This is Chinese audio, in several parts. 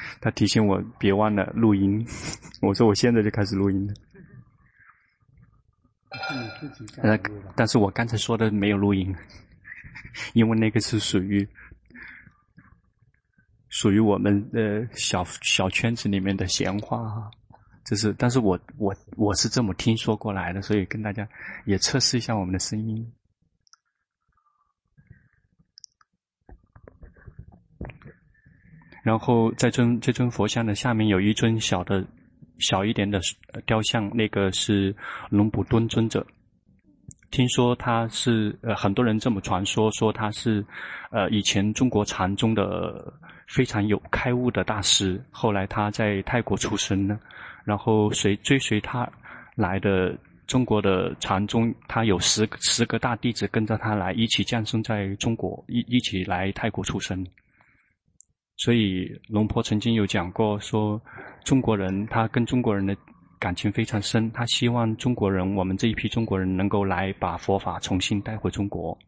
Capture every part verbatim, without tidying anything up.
他提醒我别忘了录音，我说我现在就开始录音了。呃，但是我刚才说的没有录音，因为那个是属于属于我们的小小圈子里面的闲话，这是，但是我我我是这么听说过来的，所以跟大家也测试一下我们的声音。然后在尊这尊佛像的下面有一尊小的小一点的雕像，那个是龙普敦尊者。听说他是呃很多人这么传说，说他是呃以前中国禅宗的非常有开悟的大师，后来他在泰国出生了，然后随追随他来的中国的禅宗，他有十十个大弟子跟着他来，一起降生在中国，一一起来泰国出生。所以龙婆曾经有讲过说，中国人他跟中国人的感情非常深，他希望中国人，我们这一批中国人能够来把佛法重新带回中国。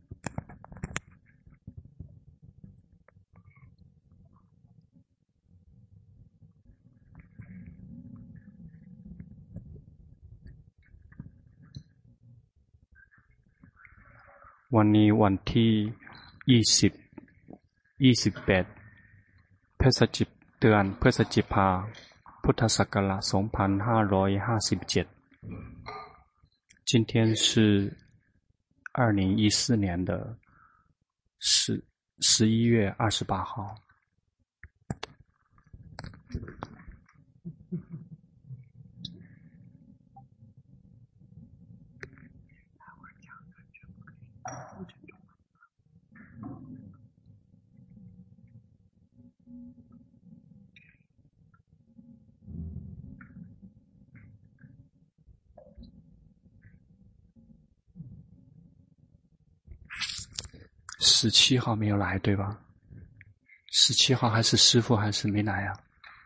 วันนี้วันที่ยี่สิบยี่สิบแปดพฤศจิกเดือนพฤศจิกาพุทธศักราชสองพันห้าร้อยห้าสิบเจ็ด今天是二零一四年的十十一月二十八号。十七号没有来，对吧？十七号还是师父还是没来啊？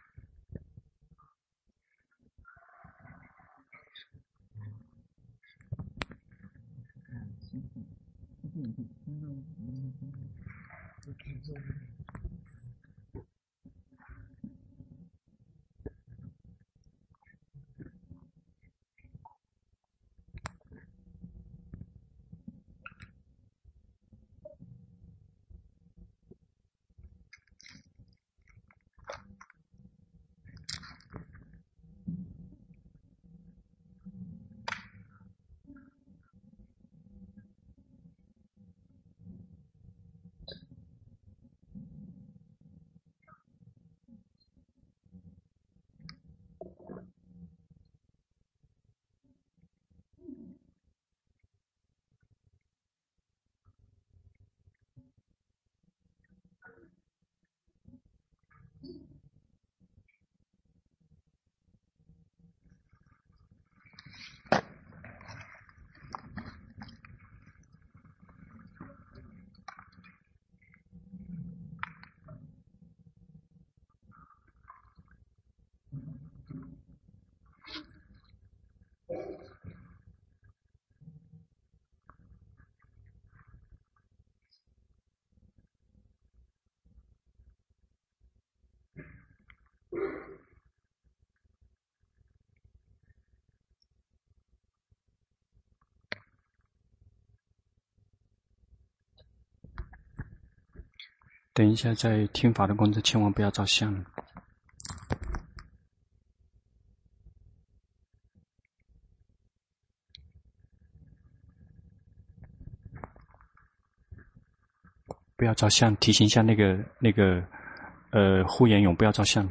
等一下，在听法的过程中千万不要照相。不要照相，提醒一下那个那个呃护眼勇不要照相。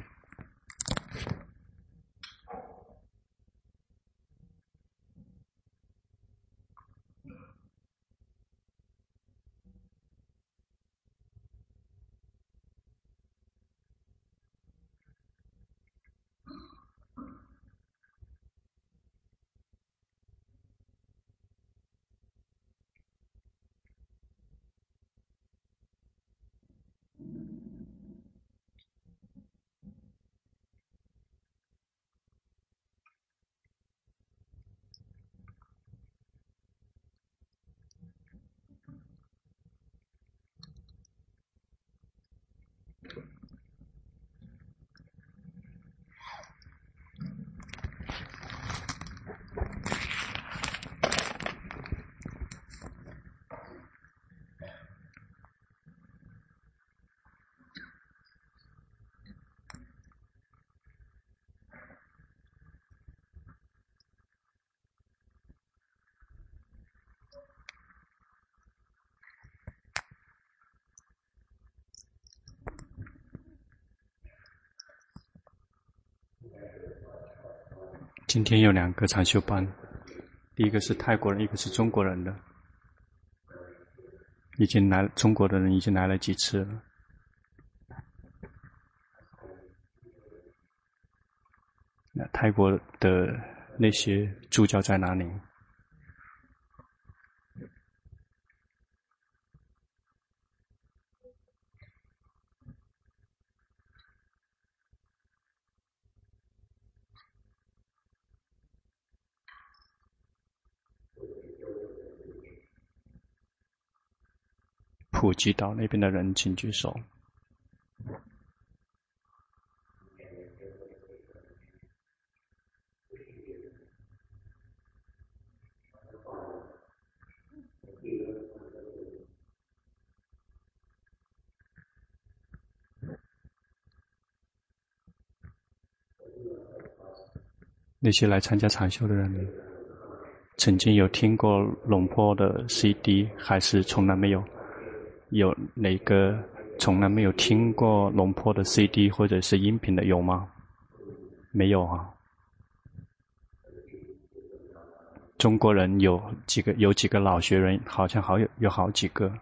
今天有两个禅修班，第一个是泰国人，一个是中国人的。已经来，中国的人已经来了几次了。那泰国的那些助教在哪里？普吉岛那边的人请举手。那些来参加禅修的人，曾经有听过龙坡的 C D， 还是从来没有？有哪个从来没有听过龙坡的 C D 或者是音频的有吗？没有啊。中国人有几个有几个老学人，好像好有有好几个。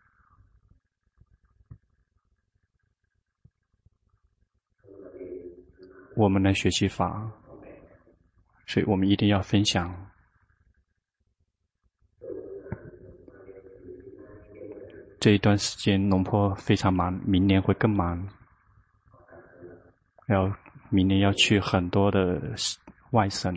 我们来学习法，所以我们一定要分享。这一段时间龙坡非常忙，明年会更忙，要明年要去很多的外省，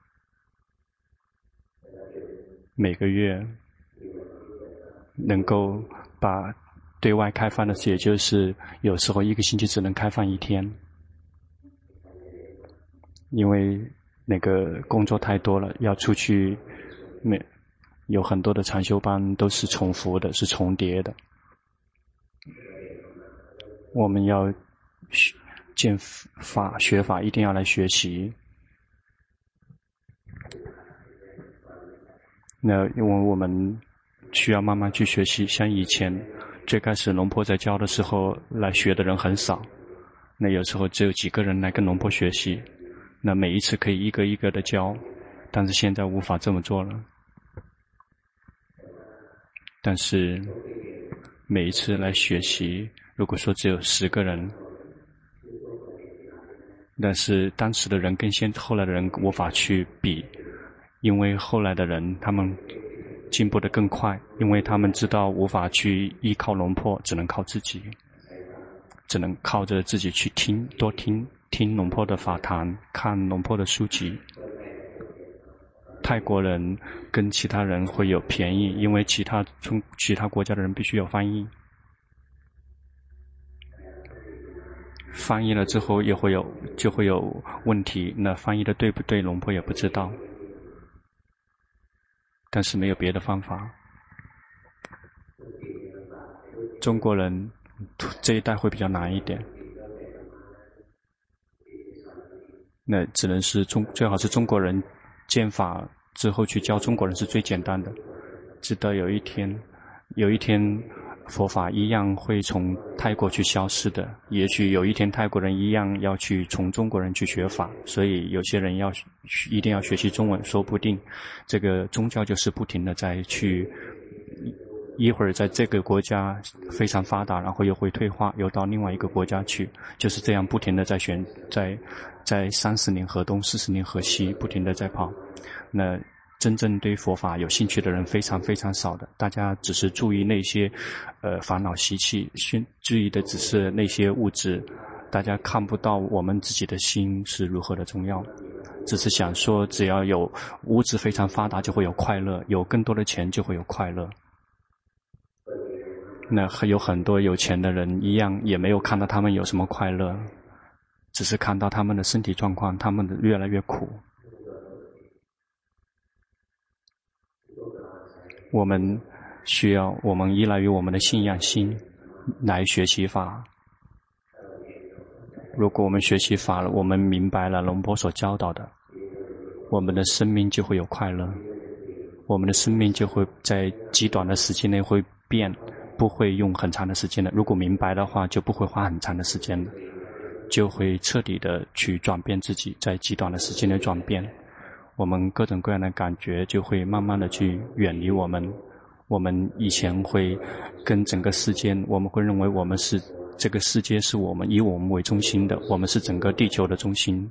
每个月能够把对外开放的，也就是有时候一个星期只能开放一天，因为那个工作太多了，要出去，没有很多的禅修班都是重复的，是重叠的。我们要见法学法，一定要来学习。那因为我们需要慢慢去学习，像以前最开始龙坡在教的时候，来学的人很少，那有时候只有几个人来跟龙坡学习，那每一次可以一个一个的教，但是现在无法这么做了。但是每一次来学习，如果说只有十个人，但是当时的人跟现后来的人无法去比，因为后来的人他们进步得更快，因为他们知道无法去依靠龙坡，只能靠自己，只能靠着自己去听，多听听龙坡的法谈，看龙坡的书籍。泰国人跟其他人会有便宜，因为其他从其他国家的人必须有翻译，翻译了之后也会有就会有问题，那翻译的对不对，龙坡也不知道，但是没有别的方法。中国人这一代会比较难一点，那只能是中最好是中国人见法之后去教中国人是最简单的，直到有一天有一天佛法一样会从泰国去消失的，也许有一天泰国人一样要去从中国人去学法，所以有些人要一定要学习中文，说不定这个宗教就是不停的在去，一会儿在这个国家非常发达，然后又会退化，又到另外一个国家去，就是这样不停的在选，在在三十年河东四十年河西，不停的在跑。那真正对佛法有兴趣的人非常非常少的，大家只是注意那些呃烦恼习气，注意的只是那些物质，大家看不到我们自己的心是如何的重要，只是想说只要有物质非常发达就会有快乐，有更多的钱就会有快乐。那有很多有钱的人一样也没有看到他们有什么快乐，只是看到他们的身体状况，他们的越来越苦。我们需要我们依赖于我们的信仰心来学习法。如果我们学习法了，我们明白了龙坡所教导的，我们的生命就会有快乐，我们的生命就会在极短的时间内会变，不会用很长的时间的。如果明白的话，就不会花很长的时间的，就会彻底的去转变自己，在极短的时间内转变。 我们各种各样的感觉就会慢慢的去远离我们。我们以前会跟整个世界，我们会认为我们是这个世界是我们以我们为中心的，我们是整个地球的中心。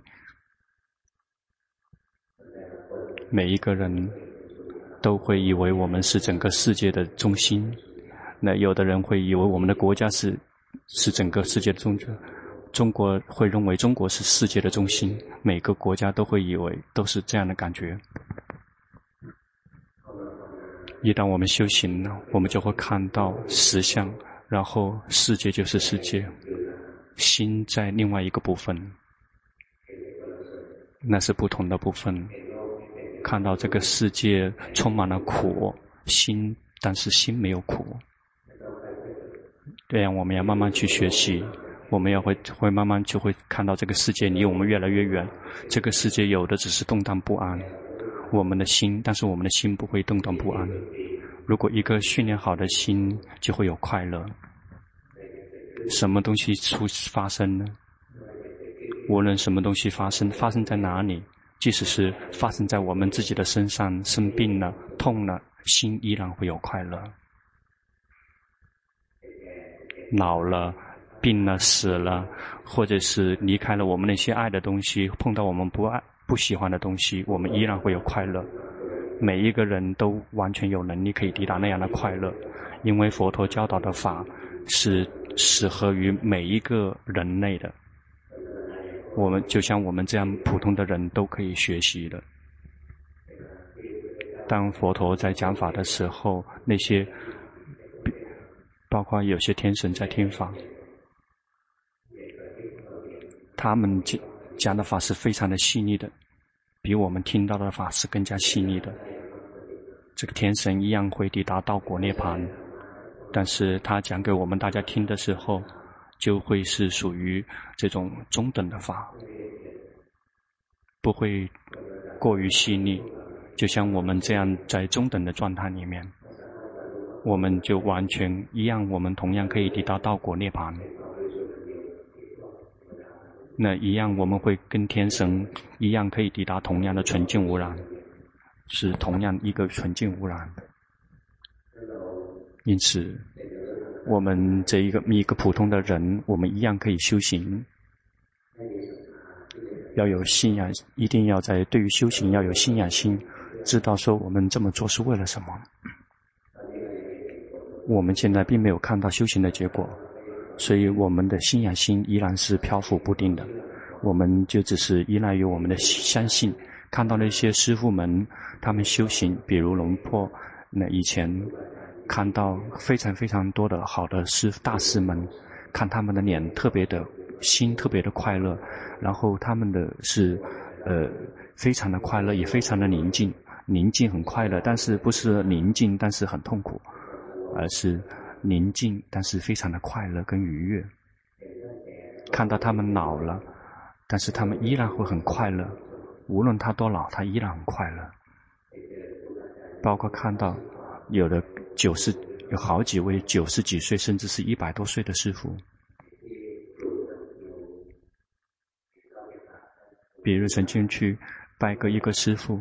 每一个人都会以为我们是整个世界的中心。那有的人会以为我们的国家是是整个世界的中心，中国会认为中国是世界的中心，每个国家都会以为都是这样的感觉。一旦我们修行了，我们就会看到实相，然后世界就是世界，心在另外一个部分，那是不同的部分。看到这个世界充满了苦，心，但是心没有苦。这样我们要慢慢去学习，我们要会会慢慢就会看到这个世界离我们越来越远。这个世界有的只是动荡不安，我们的心，但是我们的心不会动荡不安。如果一个训练好的心，就会有快乐。什么东西出发生呢？无论什么东西发生，发生在哪里，即使是发生在我们自己的身上，生病了、痛了，心依然会有快乐。老了、病了、死了，或者是离开了我们那些爱的东西，碰到我们不爱、不喜欢的东西，我们依然会有快乐。每一个人都完全有能力可以抵达那样的快乐，因为佛陀教导的法是适合于每一个人类的。我们就像我们这样普通的人都可以学习的。当佛陀在讲法的时候，那些包括有些天神在听法，他们讲的法是非常的细腻的，比我们听到的法是更加细腻的。这个天神一样会抵达道果涅槃，但是他讲给我们大家听的时候，就会是属于这种中等的法，不会过于细腻。就像我们这样在中等的状态里面，我们就完全一样，我们同样可以抵达道果涅槃。那一样我们会跟天神一样可以抵达同样的纯净无染，是同样一个纯净无染。因此我们这一个一个普通的人，我们一样可以修行。要有信仰，一定要在对于修行要有信仰心，知道说我们这么做是为了什么。我们现在并没有看到修行的结果，所以我们的信仰心依然是漂浮不定的。我们就只是依赖于我们的相信，看到那些师父们他们修行，比如龙婆，那以前看到非常非常多的好的师大师们，看他们的脸特别的心特别的快乐，然后他们的是呃非常的快乐，也非常的宁静，宁静很快乐，但是不是宁静但是很痛苦，而是宁静但是非常的快乐跟愉悦。看到他们老了，但是他们依然会很快乐，无论他多老，他依然很快乐。包括看到有的九十有好几位九十几岁甚至是一百多岁的师父，比如曾经去拜个一个师父，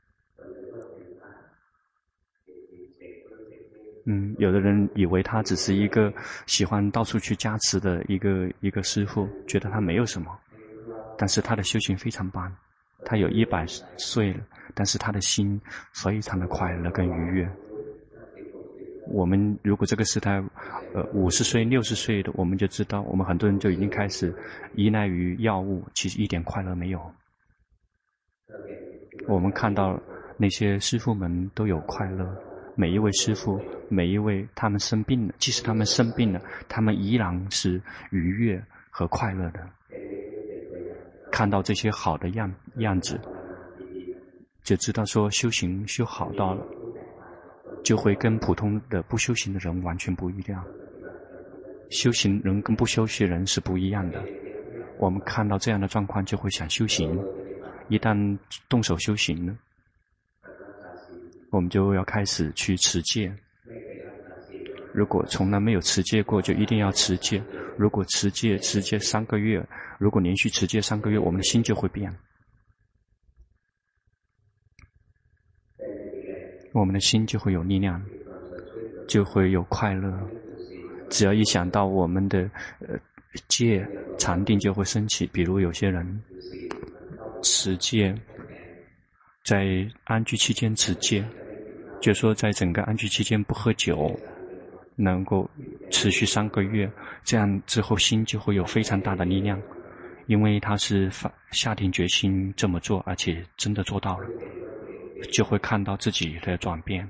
嗯，有的人以为他只是一个喜欢到处去加持的一个一个师父，觉得他没有什么，但是他的修行非常棒，他有一百岁了，但是他的心非常的快乐跟愉悦。我们如果这个时代呃五十岁六十岁的，我们就知道我们很多人就已经开始依赖于药物，其实一点快乐没有。我们看到那些师父们都有快乐，每一位师父，每一位他们生病了，即使他们生病了，他们依然是愉悦和快乐的。看到这些好的样样子，就知道说修行修好到了，就会跟普通的不修行的人完全不一样。修行人跟不修行人是不一样的。我们看到这样的状况，就会想修行。一旦动手修行呢，我们就要开始去持戒。如果从来没有持戒过，就一定要持戒。如果持戒持戒三个月，如果连续持戒三个月，我们的心就会变。 我们的心就会有力量，就会有快乐。只要一想到我们的呃戒禅定就会升起。比如有些人持戒，在安居期间持戒，就说在整个安居期间不喝酒，能够持续三个月，这样之后心就会有非常大的力量，因为他是下定决心这么做，而且真的做到了，就会看到自己的转变。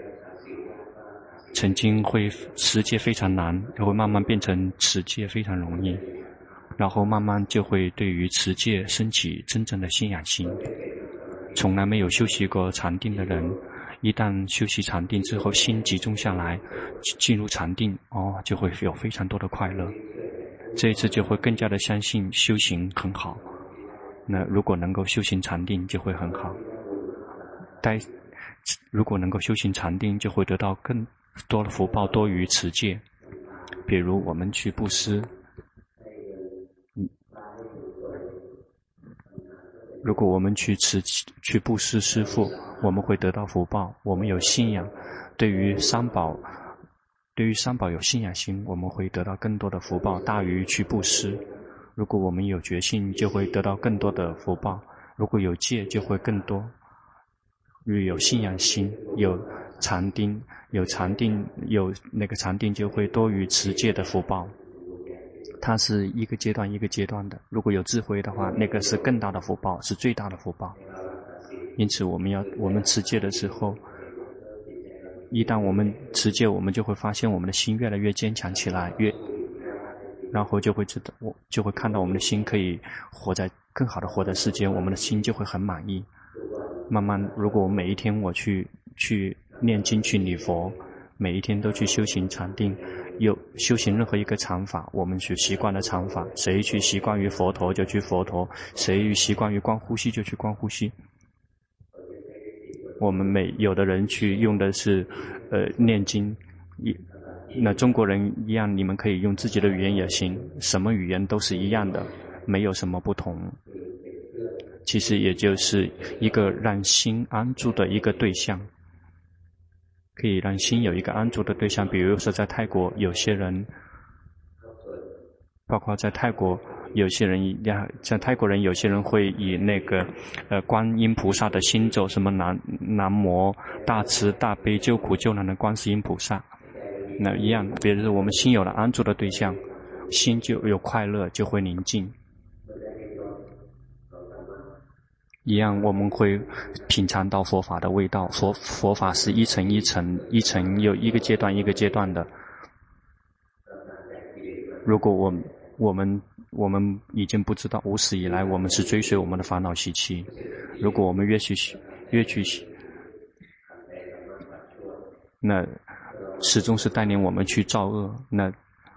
曾经会持戒非常难，会慢慢变成持戒非常容易，然后慢慢就会对于持戒升起真正的信仰心。从来没有修习过禅定的人，一旦修习禅定之后，心集中下来，进入禅定，哦，就会有非常多的快乐。这一次就会更加的相信修行很好。那如果能够修行禅定，就会很好。待如果能够修行禅定，就会得到更多的福报，多于持戒。比如我们去布施，如果我们去持去布施师父，我们会得到福报。我们有信仰，对于三宝，对于三宝有信仰心，我们会得到更多的福报，大于去布施。如果我们有决心，就会得到更多的福报。如果有戒，就会更多。有信仰心，有禅定，有禅定，有那个禅定就会多于持戒的福报。它是一个阶段一个阶段的，如果有智慧的话，那个是更大的福报，是最大的福报。因此我们要我们持戒的时候，一旦我们持戒，我们就会发现我们的心越来越坚强起来，越然后就会知道，我就会看到我们的心可以活在更好的活在世间，我们的心就会很满意。慢慢，如果我每一天我去去念经去礼佛，每一天都去修行禅定，有修行任何一个禅法，我们去习惯了禅法，谁去习惯于佛陀就去佛陀，谁习惯于观呼吸就去观呼吸。我们每有的人去用的是呃念经，那中国人一样，你们可以用自己的语言也行，什么语言都是一样的，没有什么不同。其实也就是一个让心安住的一个对象，可以让心有一个安住的对象。比如说在泰国，有些人，包括在泰国，有些人在泰国人，有些人会以那个呃观音菩萨的心咒，什么南南无大慈大悲救苦救难的观世音菩萨，那一样。比如说我们心有了安住的对象，心就有快乐，就会宁静。一样，我们会品尝到佛法的味道。佛佛法是一层一层，一层有一个阶段一个阶段的。如果我我们我们已经不知道，无始以来我们是追随我们的烦恼习气。如果我们越去越去，那始终是带领我们去造恶。那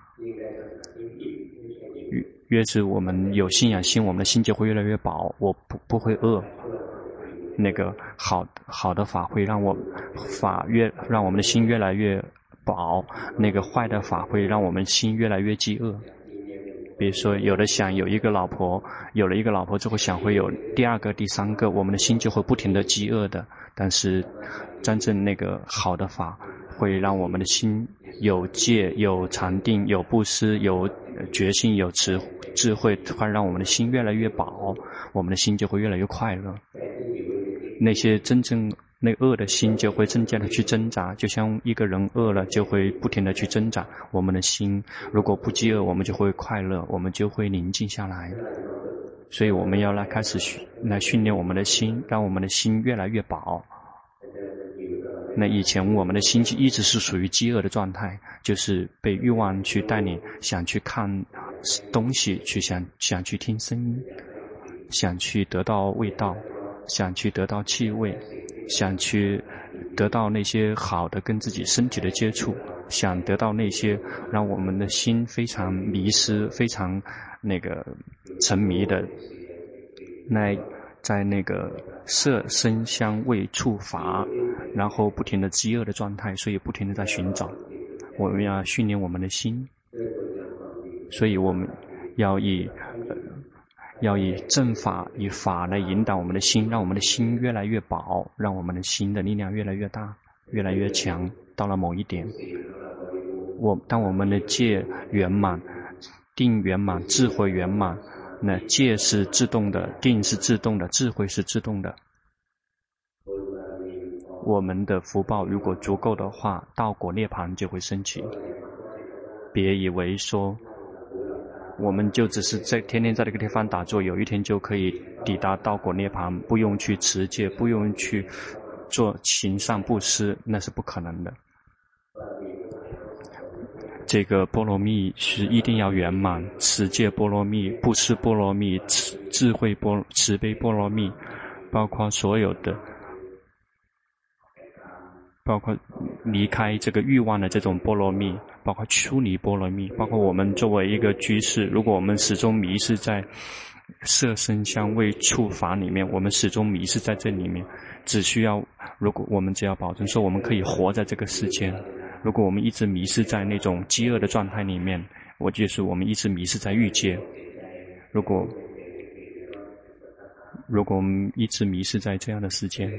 越是我们有信仰心，我们的心就会越来越饱，我不不会饿。那个好好的法会让我法越让我们的心越来越饱，那个坏的法会让我们心越来越饥饿。比如说有的想有一个老婆，有了一个老婆之后想会有第二个第三个，我们的心就会不停的饥饿的。但是真正那个好的法会让我们的心有戒有禅定有布施有决心有智智慧，会让我们的心越来越饱，我们的心就会越来越快乐。那些真正那恶的心就会增加的去挣扎，就像一个人饿了就会不停的去挣扎。我们的心如果不饥饿，我们就会快乐，我们就会宁静下来。所以我们要来开始来训练我们的心，让我们的心越来越饱。那以前我们的心一直是属于饥饿的状态，就是被欲望去带领，想去看东西，去想想去听声音，想去得到味道，想去得到气味，想去得到那些好的跟自己身体的接触，想得到那些让我们的心非常迷失非常那个沉迷的，那在那个色声香味触法，然后不停的饥饿的状态，所以不停的在寻找。我们要训练我们的心，所以我们要以、呃、 要以正法、以法来引导我们的心，让我们的心越来越薄，让我们的心的力量越来越大，越来越强。到了某一点，我当我们的戒圆满、定圆满、智慧圆满，那戒是自动的，定是自动的，智慧是自动的。我们的福报如果足够的话，道果涅槃就会升起。别以为说我们就只是在天天在这个地方打坐，有一天就可以抵达道果涅槃，不用去持戒，不用去做行善布施，那是不可能的。这个波罗蜜是一定要圆满，持戒波罗蜜、布施波罗蜜、智慧波慈悲波罗蜜，包括所有的，包括离开这个欲望的这种波罗蜜，包括出离波罗蜜，包括我们作为一个居士，如果我们始终迷失在色声香味触法里面，我们始终迷失在这里面，只需要如果我们只要保证说我们可以活在这个世间，如果我们一直迷失在那种饥饿的状态里面，我就是我们一直迷失在欲界，如果如果我们一直迷失在这样的世间，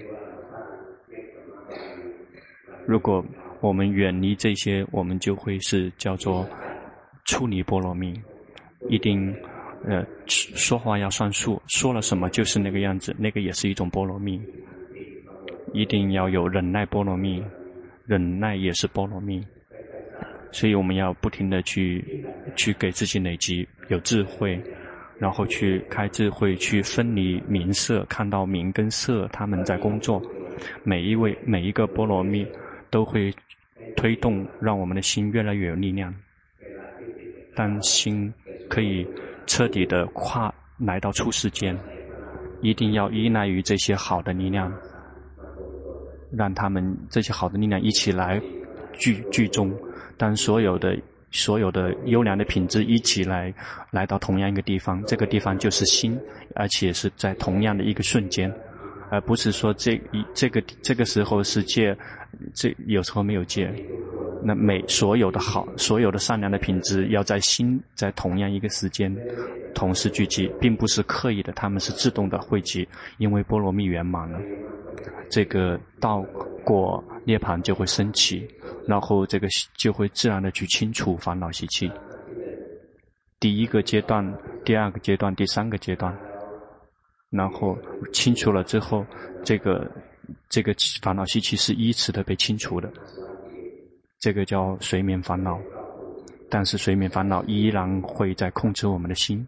如果我们远离这些，我们就会是叫做出离波罗蜜。一定呃说话要算数，说了什么就是那个样子，那个也是一种波罗蜜。一定要有忍耐波罗蜜，忍耐也是波罗蜜。所以我们要不停的去去给自己累积有智慧，然后去开智慧，去分离名色，看到名跟色他们在工作。每一位每一个波罗蜜都会推动让我们的心越来越有力量。当心可以彻底的跨来到出世间，一定要依赖于这些好的力量，让他们这些好的力量一起来聚聚中。当所有的所有的优良的品质一起来来到同样一个地方，这个地方就是心，而且是在同样的一个瞬间，而不是说这一这个这个时候是戒，这有时候没有戒。那每所有的好，所有的善良的品质要在心在同样一个时间同时聚集，并不是刻意的，他们是自动的汇集，因为波罗蜜圆满了，这个道果涅槃就会升起，然后这个就会自然的去清除烦恼习气。第一个阶段，第二个阶段，第三个阶段，然后清除了之后，这个这个烦恼习气是依次的被清除的，这个叫随眠烦恼。但是随眠烦恼依然会在控制我们的心，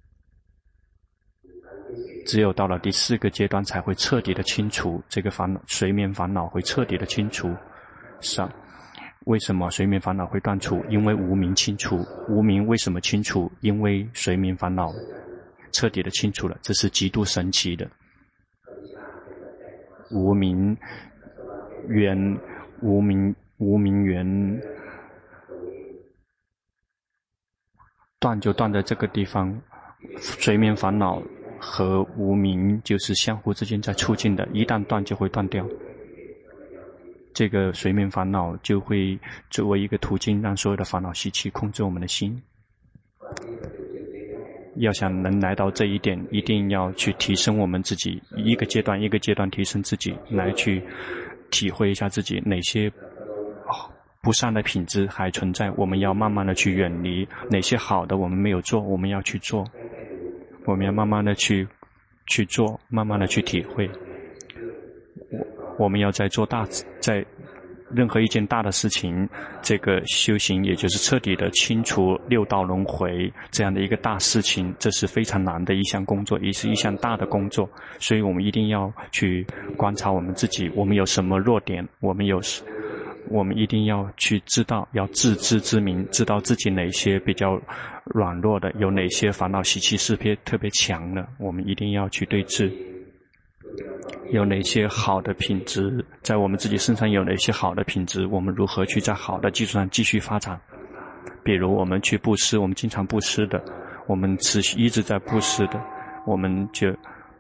只有到了第四个阶段才会彻底的清除这个烦恼，随眠烦恼会彻底的清除。上为什么随眠烦恼会断除？因为无明清除。无明为什么清除？因为随眠烦恼彻底的清除了，这是极度神奇的。无明缘，无明无明缘断就断在这个地方，随眠烦恼和无明就是相互之间在促进的，一旦断就会断掉。这个随眠烦恼就会作为一个途径，让所有的烦恼习气控制我们的心。要想能来到这一点，一定要去提升我们自己，一个阶段一个阶段提升自己，来去体会一下自己哪些不善的品质还存在，我们要慢慢的去远离，哪些好的我们没有做，我们要去做，我们要慢慢的去去做，慢慢的去体会。我们要在做大，在任何一件大的事情，这个修行也就是彻底的清除六道轮回这样的一个大事情，这是非常难的一项工作，也是一项大的工作。所以我们一定要去观察我们自己，我们有什么弱点，我们有我们一定要去知道，要自知之明，知道自己哪些比较软弱的，有哪些烦恼习气是特别强的，我们一定要去对治。有哪些好的品质，在我们自己身上有哪些好的品质，我们如何去在好的基础上继续发展。比如我们去布施，我们经常布施的，我们持续一直在布施的，我们就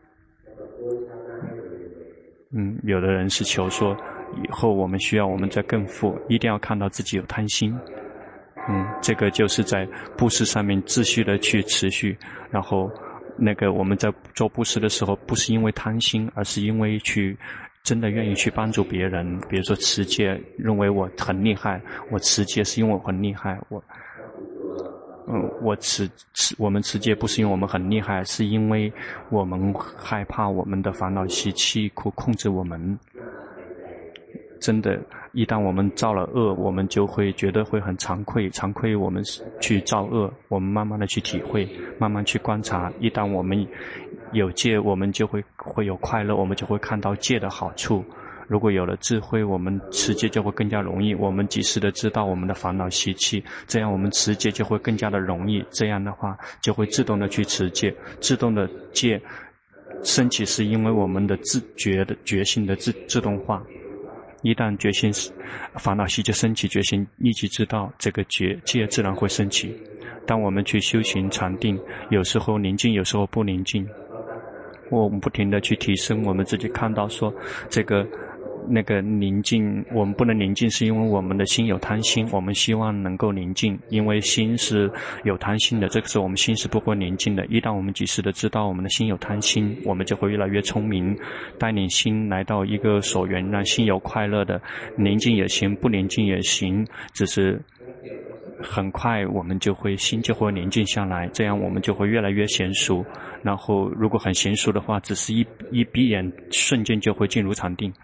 嗯，有的人是求说以后我们需要我们再更富，一定要看到自己有贪心。嗯，这个就是在布施上面继续的去持续，然后那个我们在做布施的时候，不是因为贪心，而是因为去真的愿意去帮助别人。比如说持戒，认为我很厉害，我持戒是因为我很厉害，我嗯，我持持我们持戒不是因为我们很厉害，是因为我们害怕我们的烦恼习气控控制我们。真的，一旦我们造了恶，我们就会觉得会很惭愧，惭愧我们去造恶，我们慢慢的去体会，慢慢去观察。一旦我们有戒，我们就会会有快乐，我们就会看到戒的好处。如果有了智慧，我们持戒就会更加容易，我们及时的知道我们的烦恼习气，这样我们持戒就会更加的容易。这样的话，就会自动的去持戒，自动的戒升起，是因为我们的自觉的觉性的自自动化。一旦觉性烦恼习就升起，觉性立即知道，这个觉戒自然会升起。当我们去修行禅定，有时候宁静，有时候不宁静，我们不停地去提升我们自己，看到说这个那个宁静，我们不能宁静是因为我们的心有贪心，我们希望能够宁静，因为心是有贪心的，这个时候我们心是不会宁静的。一旦我们及时的知道我们的心有贪心，我们就会越来越聪明，带领心来到一个所缘，让心有快乐的，宁静也行，不宁静也行，只是很快我们就会心就会宁静下来，这样我们就会越来越娴熟。然后如果很娴熟的话，只是一一闭眼瞬间就会进入禅定。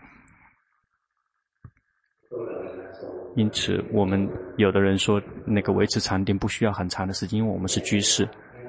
因此我们有的人说那个维持禅定不需要很长的时间，因为我们是居士，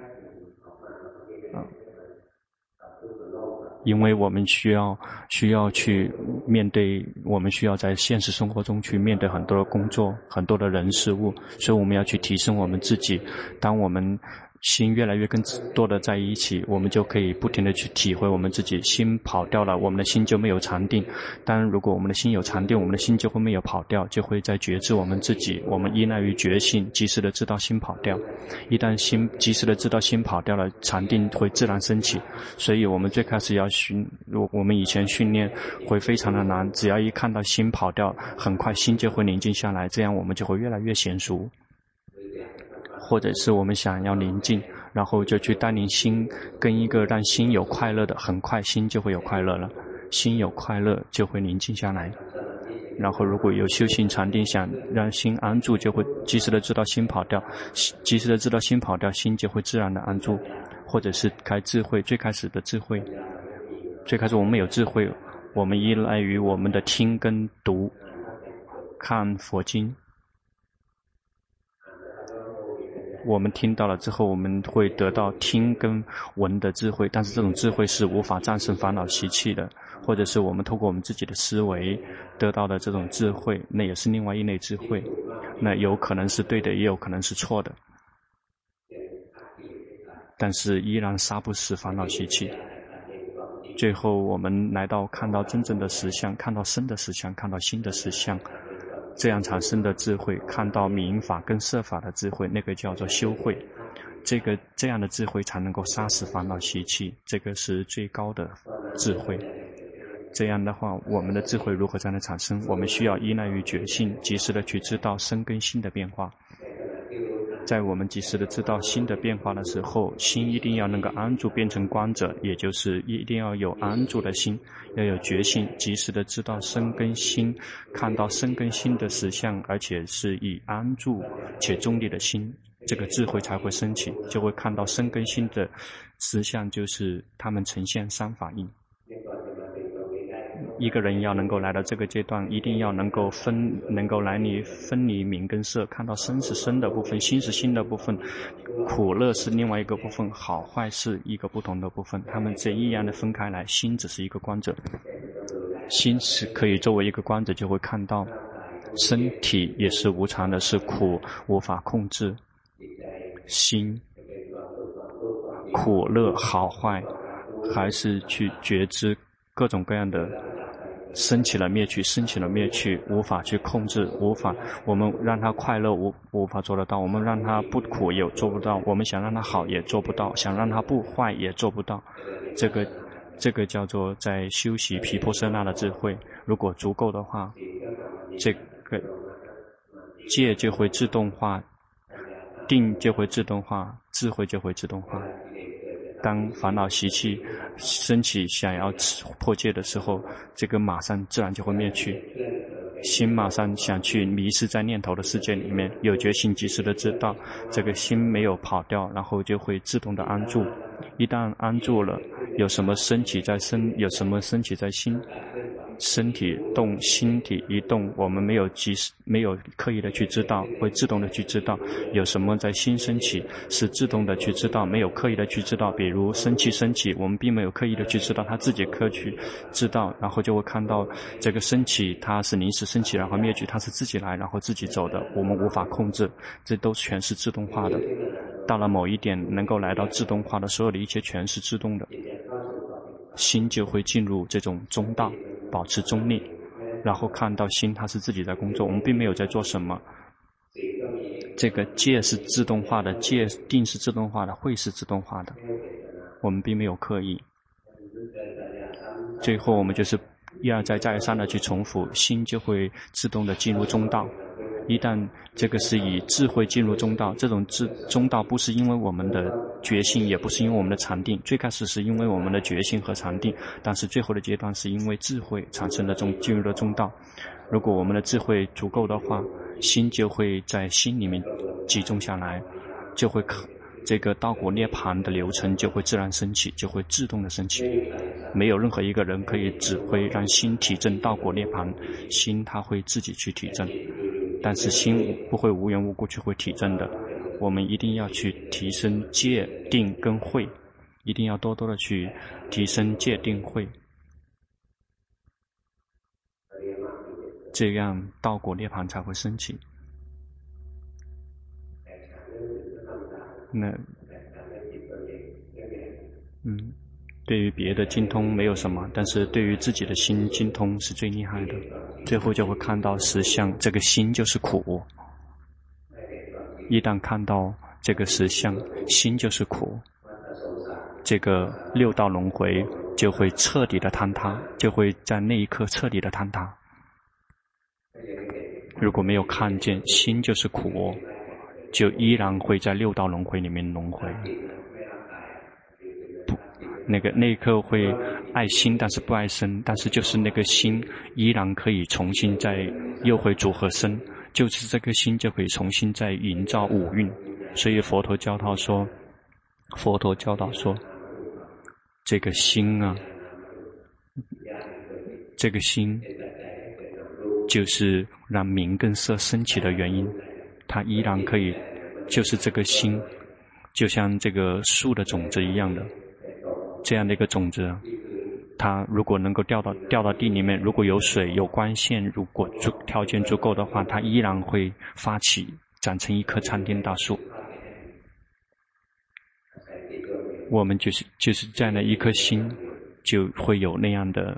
因为我们需要需要去面对，我们需要在现实生活中去面对很多的工作，很多的人事物，所以我们要去提升我们自己。当我们心越来越更多的在一起，我们就可以不停的去体会我们自己。心跑掉了，我们的心就没有禅定。当然如果我们的心有禅定，我们的心就会没有跑掉，就会在觉知我们自己。我们依赖于觉性，及时的知道心跑掉。一旦心及时的知道心跑掉了，禅定会自然升起。所以我们最开始要训，我们以前训练会非常的难，只要一看到心跑掉，很快心就会宁静下来，这样我们就会越来越娴熟。或者是我们想要宁静，然后就去带领心跟一个让心有快乐的，很快心就会有快乐了，心有快乐就会宁静下来。然后如果有修行禅定想让心安住，就会及时的知道心跑掉，及时的知道心跑掉，心就会自然的安住。或者是开智慧，最开始的智慧，最开始我们没有智慧，我们依赖于我们的听跟读，看佛经，我们听到了之后，我们会得到听跟闻的智慧，但是这种智慧是无法战胜烦恼习气的。或者是我们透过我们自己的思维得到的这种智慧，那也是另外一类智慧，那有可能是对的，也有可能是错的，但是依然杀不死烦恼习气。最后我们来到看到真正的实相，看到身的实相，看到心的实相，这样产生的智慧，看到明法跟色法的智慧，那个叫做修慧。这个这样的智慧才能够杀死烦恼习气，这个是最高的智慧。这样的话，我们的智慧如何才能产生？我们需要依赖于觉性，及时的去知道身跟心的变化。在我们及时的知道心的变化的时候，心一定要能够安住，变成观者，也就是一定要有安住的心，要有觉性，及时的知道身跟心，看到身跟心的实相，而且是以安住且中立的心，这个智慧才会升起，就会看到身跟心的实相，就是他们呈现三法印。一个人要能够来到这个阶段，一定要能够分，能够来离分离名跟色，看到身是身的部分，心是心的部分，苦乐是另外一个部分，好坏是一个不同的部分，他们这一样的分开来，心只是一个观者，心是可以作为一个观者，就会看到身体也是无常的，是苦，无法控制，心苦乐好坏还是去觉知各种各样的升起了灭去，升起了灭去，无法去控制，无法，我们让它快乐无无法做得到，我们让它不苦也做不到，我们想让它好也做不到，想让它不坏也做不到。这个这个叫做在修习毗婆舍那的智慧，如果足够的话，这个戒就会自动化，定就会自动化，智慧就会自动化。 当烦恼习气升起想要破戒的时候，这个马上自然就会灭去。心马上想去迷失在念头的世界里面，有决心及时的知道这个心没有跑掉，然后就会自动的安住。一旦安住了，有什么升起在身，有什么升起在心，身体动，心体一动，我们没有及时没有刻意的去知道，会自动的去知道有什么在心升起，是自动的去知道，没有刻意的去知道。比如生气升起，我们并没有刻意的去知道，它自己刻去知道，然后就会看到这个升起它是临时升起然后灭去，它是自己来然后自己走的，我们无法控制，这都全是自动化的。到了某一点能够来到自动化的，所有的一切全是自动的，心就会进入这种中道，保持中立，然后看到心它是自己在工作，我们并没有在做什么。这个戒是自动化的，戒定是自动化的，慧是自动化的，我们并没有刻意。最后我们就是一而再再而三的去重复，心就会自动的进入中道。一旦这个是以智慧进入中道，这种智中道不是因为我们的觉性，也不是因为我们的禅定，最开始是因为我们的觉性和禅定，但是最后的阶段是因为智慧产生了中进入了中道。如果我们的智慧足够的话，心就会在心里面集中下来，就会这个道果涅槃的流程就会自然升起，就会自动的升起。没有任何一个人可以指挥让心体证道果涅槃，心它会自己去体证，但是心不会无缘无故去会体证的。我们一定要去提升戒定跟慧，一定要多多的去提升戒定慧，这样道果涅槃才会升起。那嗯，对于别的精通没有什么，但是对于自己的心精通是最厉害的。最后就会看到实相，这个心就是苦。一旦看到这个实相，心就是苦，这个六道轮回就会彻底的坍塌，就会在那一刻彻底的坍塌。如果没有看见心就是苦，就依然会在六道轮回里面轮回。不，那个那一刻会爱心，但是不爱身，但是就是那个心依然可以重新再又会组合身，就是这个心就可以重新再营造五蕴。所以佛陀教导说，佛陀教导说，这个心啊，这个心就是让名跟色升起的原因，它依然可以，就是这个心就像这个树的种子一样的，这样的一个种子，它如果能够掉到掉到地里面，如果有水有光线，如果足条件足够的话，它依然会发起长成一棵参天大树。我们就是就是这样的一颗心，就会有那样的。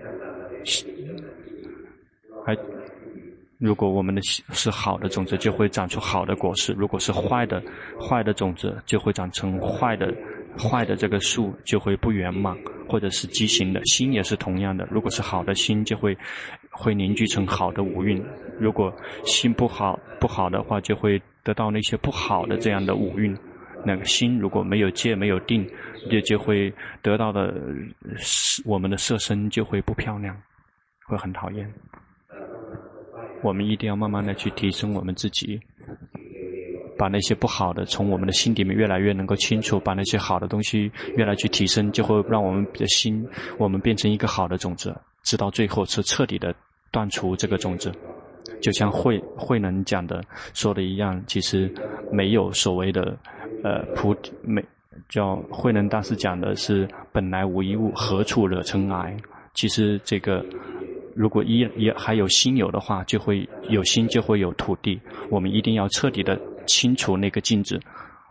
还如果我们的是好的种子，就会长出好的果实；如果是坏的坏的种子，就会长成坏的坏的这个树，就会不圆满，或者是畸形的。心也是同样的，如果是好的心，就会会凝聚成好的五蕴；如果心不好不好的话，就会得到那些不好的这样的五蕴。那个心如果没有戒没有定，也就会得到的我们的色身就会不漂亮，会很讨厌。我们一定要慢慢的去提升我们自己，把那些不好的从我们的心里面越来越能够清楚，把那些好的东西越来去提升，就会让我们的心我们变成一个好的种子，直到最后是彻底的断除这个种子。就像慧慧能讲的说的一样，其实没有所谓的呃菩提，没叫慧能大师讲的是本来无一物，何处惹尘埃。其实这个如果一也还有心有的话，就会有心就会有土地。我们一定要彻底的清除那个镜子，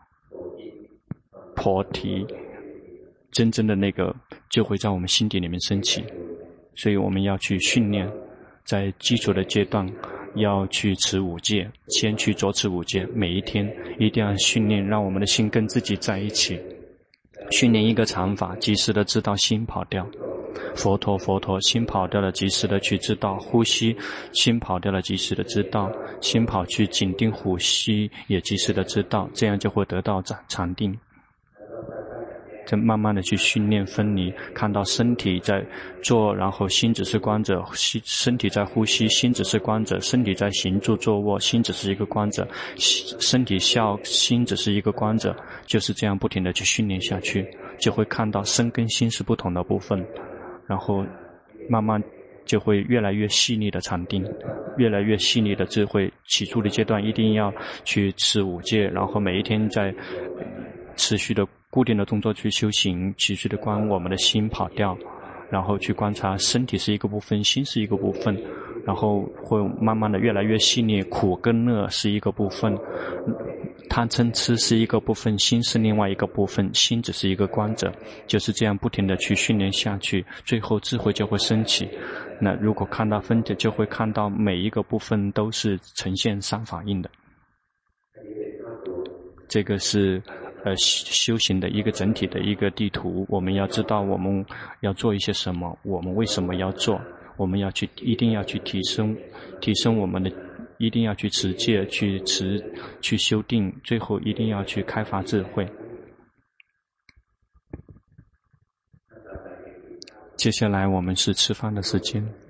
菩提真正的那个就会在我们心底里面升起。所以我们要去训练，在基础的阶段要去持五戒，先去着持五戒，每一天一定要训练，让我们的心跟自己在一起。训练一个常法，及时的知道心跑掉。佛陀佛陀，心跑掉了及时的去知道，呼吸心跑掉了及时的知道，心跑去紧盯呼吸也及时的知道，这样就会得到禅定。 在慢慢的去训练分离，看到身体在做，然后心只是观者，心身体在呼吸，心只是观者，身体在行住坐卧，心只是一个观者，身体笑，心只是一个观者，就是这样不停的去训练下去，就会看到身跟心是不同的部分，然后慢慢就会越来越细腻的禅定，越来越细腻的智慧。起初的阶段一定要去持五戒，然后每一天在持续的固定的动作去修行，持续的观我们的心跑掉，然后去观察身体是一个部分，心是一个部分，然后会慢慢的越来越细腻，苦跟乐是一个部分，贪嗔痴是一个部分，心是另外一个部分，心只是一个观者，就是这样不停的去训练下去，最后智慧就会升起。那如果看到分解，就会看到每一个部分都是呈现三法印的。这个是呃修行的一个整体的一个地图，我们要知道我们要做一些什么，我们为什么要做，我们要去一定要去提升提升我们的，一定要去持戒，去持去修定，最后一定要去开发智慧。接下来我们是吃饭的时间。